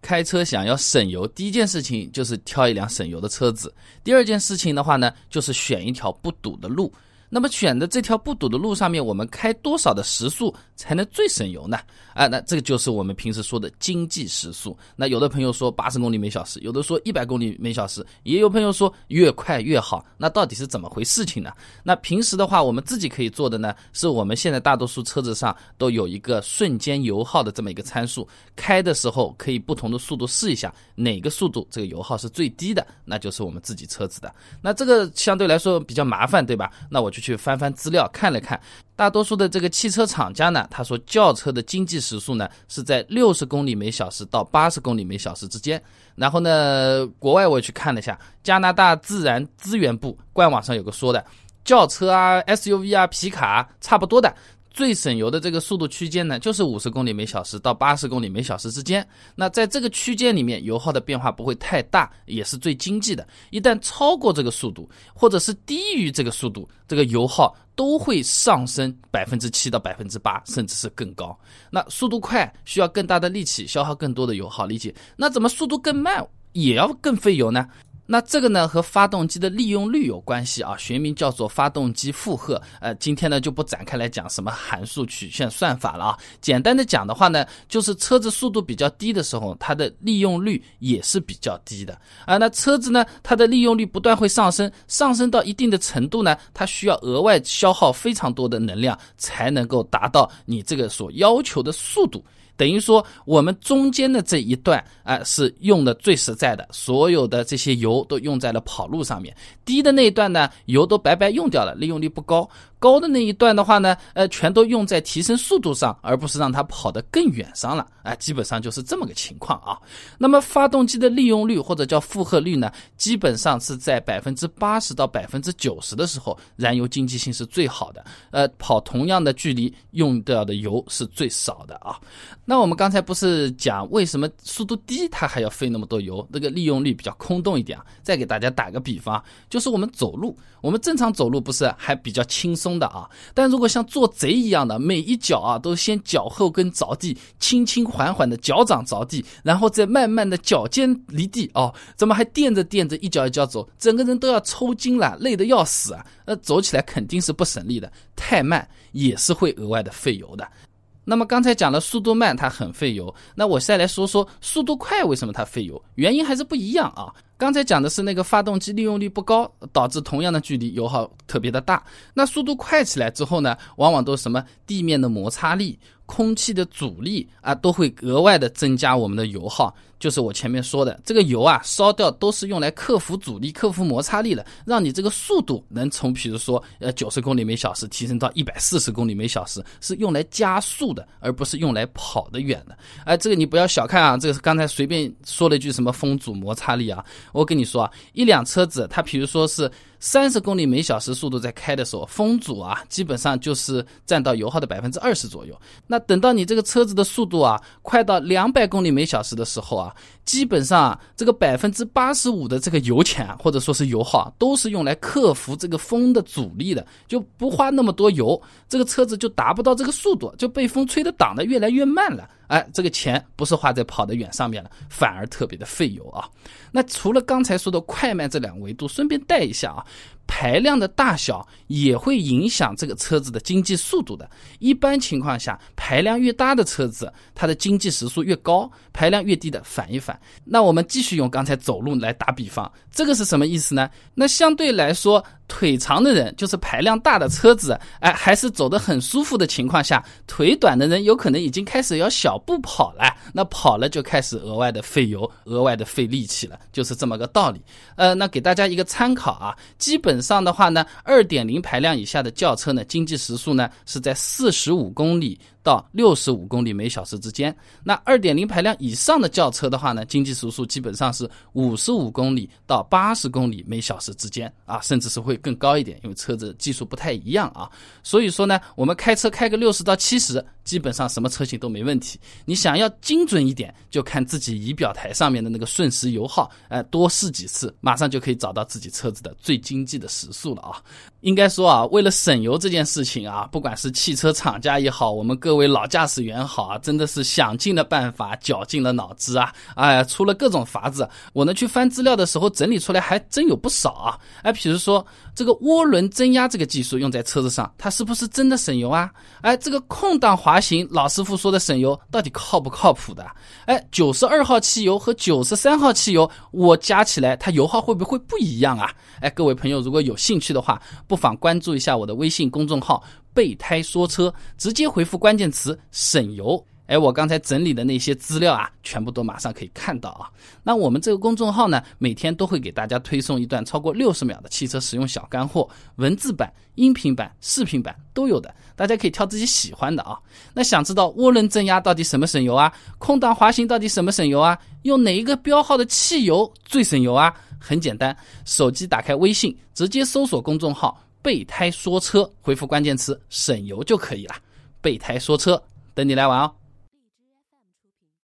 开车想要省油，第一件事情就是挑一辆省油的车子。第二件事情的话呢，就是选一条不堵的路。那么选的这条不堵的路上面，我们开多少的时速才能最省油呢？那这个就是我们平时说的经济时速。那有的朋友说80公里每小时，有的说100公里每小时，也有朋友说越快越好。那到底是怎么回事情呢？那平时的话，我们自己可以做的呢，是我们现在大多数车子上都有一个瞬间油耗的这么一个参数，开的时候可以不同的速度试一下，哪个速度这个油耗是最低的，那就是我们自己车子的。那这个相对来说比较麻烦，对吧？那我就去翻翻资料看了看，大多数的这个汽车厂家呢，他说轿车的经济时速呢是在60公里每小时到80公里每小时之间。然后呢，国外我也去看了一下，加拿大自然资源部官网上有个说的，轿车啊、SUV 啊、皮卡啊，差不多的。最省油的这个速度区间呢，就是50公里每小时到80公里每小时之间。那在这个区间里面，油耗的变化不会太大，也是最经济的。一旦超过这个速度，或者是低于这个速度，这个油耗都会上升7%到8%，甚至是更高。那速度快需要更大的力气，消耗更多的油耗，理解？那怎么速度更慢也要更费油呢？那这个呢和发动机的利用率有关系啊，学名叫做发动机负荷。今天呢就不展开来讲什么函数曲线算法了啊。简单的讲的话呢，就是车子速度比较低的时候，它的利用率也是比较低的啊。那车子呢，它的利用率不断会上升，上升到一定的程度呢，它需要额外消耗非常多的能量，才能够达到你这个所要求的速度。等于说我们中间的这一段是用的最实在的，所有的这些油都用在了跑路上面。低的那一段呢，油都白白用掉了，利用率不高。高的那一段的话呢，全都用在提升速度上，而不是让它跑得更远上了。基本上就是这么个情况啊。那么发动机的利用率或者叫负荷率呢，基本上是在80%到90%的时候，燃油经济性是最好的。跑同样的距离用掉的油是最少的啊。那我们刚才不是讲为什么速度低它还要费那么多油，这个利用率比较空洞一点啊。再给大家打个比方，就是我们走路，我们正常走路不是还比较轻松的啊，但如果像做贼一样的，每一脚啊都先脚后跟着地，轻轻缓缓的脚掌着地，然后再慢慢的脚尖离地哦，怎么还垫着一脚一脚走，整个人都要抽筋了，累得要死啊。走起来肯定是不省力的，太慢也是会额外的费油的。那么刚才讲了速度慢它很费油，那我再来说说速度快为什么它费油，原因还是不一样啊。刚才讲的是那个发动机利用率不高，导致同样的距离油耗特别的大。那速度快起来之后呢，往往都是什么地面的摩擦力、空气的阻力都会额外的增加我们的油耗。就是我前面说的，这个油烧掉都是用来克服阻力、克服摩擦力的，让你这个速度能从比如说90公里每小时提升到140公里每小时，是用来加速的，而不是用来跑得远的。这个你不要小看啊，这个刚才随便说了一句什么风阻摩擦力啊，我跟你说啊，一辆车子它比如说是30公里每小时速度在开的时候，风阻基本上就是占到油耗的20%左右。那等到你这个车子的速度快到200公里每小时的时候基本上这个85%的这个油钱或者说是油耗都是用来克服这个风的阻力的，就不花那么多油，这个车子就达不到这个速度，就被风吹得挡得越来越慢了。这个钱不是花在跑得远上面了，反而特别的费油啊。那除了刚才说的快慢这两个维度，顺便带一下排量的大小也会影响这个车子的经济速度的。一般情况下，排量越大的车子，它的经济时速越高，排量越低的反一反。那我们继续用刚才走路来打比方，这个是什么意思呢？那相对来说，腿长的人，就是排量大的车子，还是走得很舒服的情况下，腿短的人有可能已经开始要小步跑了，那跑了就开始额外的费油，额外的费力气了，就是这么个道理。那给大家一个参考基本上的话呢， 2.0 排量以下的轿车呢，经济时速呢是在45公里到65公里每小时之间。那 2.0 排量以上的轿车的话呢，经济时速基本上是55公里到80公里每小时之间甚至是会更高一点，因为车子技术不太一样所以说呢，我们开车开个60到70，基本上什么车型都没问题。你想要精准一点，就看自己仪表台上面的那个瞬时油耗，多试几次，马上就可以找到自己车子的最经济的时速了应该说为了省油这件事情不管是汽车厂家也好，我们各位位老驾驶员好啊，真的是想尽了办法，绞尽了脑汁啊，出了各种法子。我呢去翻资料的时候整理出来还真有不少啊。比如说这个涡轮增压这个技术用在车子上，它是不是真的省油啊？这个空档滑行，老师傅说的省油到底靠不靠谱的？92号汽油和93号汽油，我加起来它油耗会不会不一样啊？各位朋友如果有兴趣的话，不妨关注一下我的微信公众号备胎说车，直接回复关键词省油，我刚才整理的那些资料全部都马上可以看到那我们这个公众号呢，每天都会给大家推送一段超过60秒的汽车使用小干货，文字版、音频版、视频版都有的，大家可以挑自己喜欢的那想知道涡轮增压到底什么省油空档滑行到底什么省油用哪一个标号的汽油最省油很简单，手机打开微信，直接搜索公众号备胎说车，回复关键词省油就可以了。备胎说车，等你来玩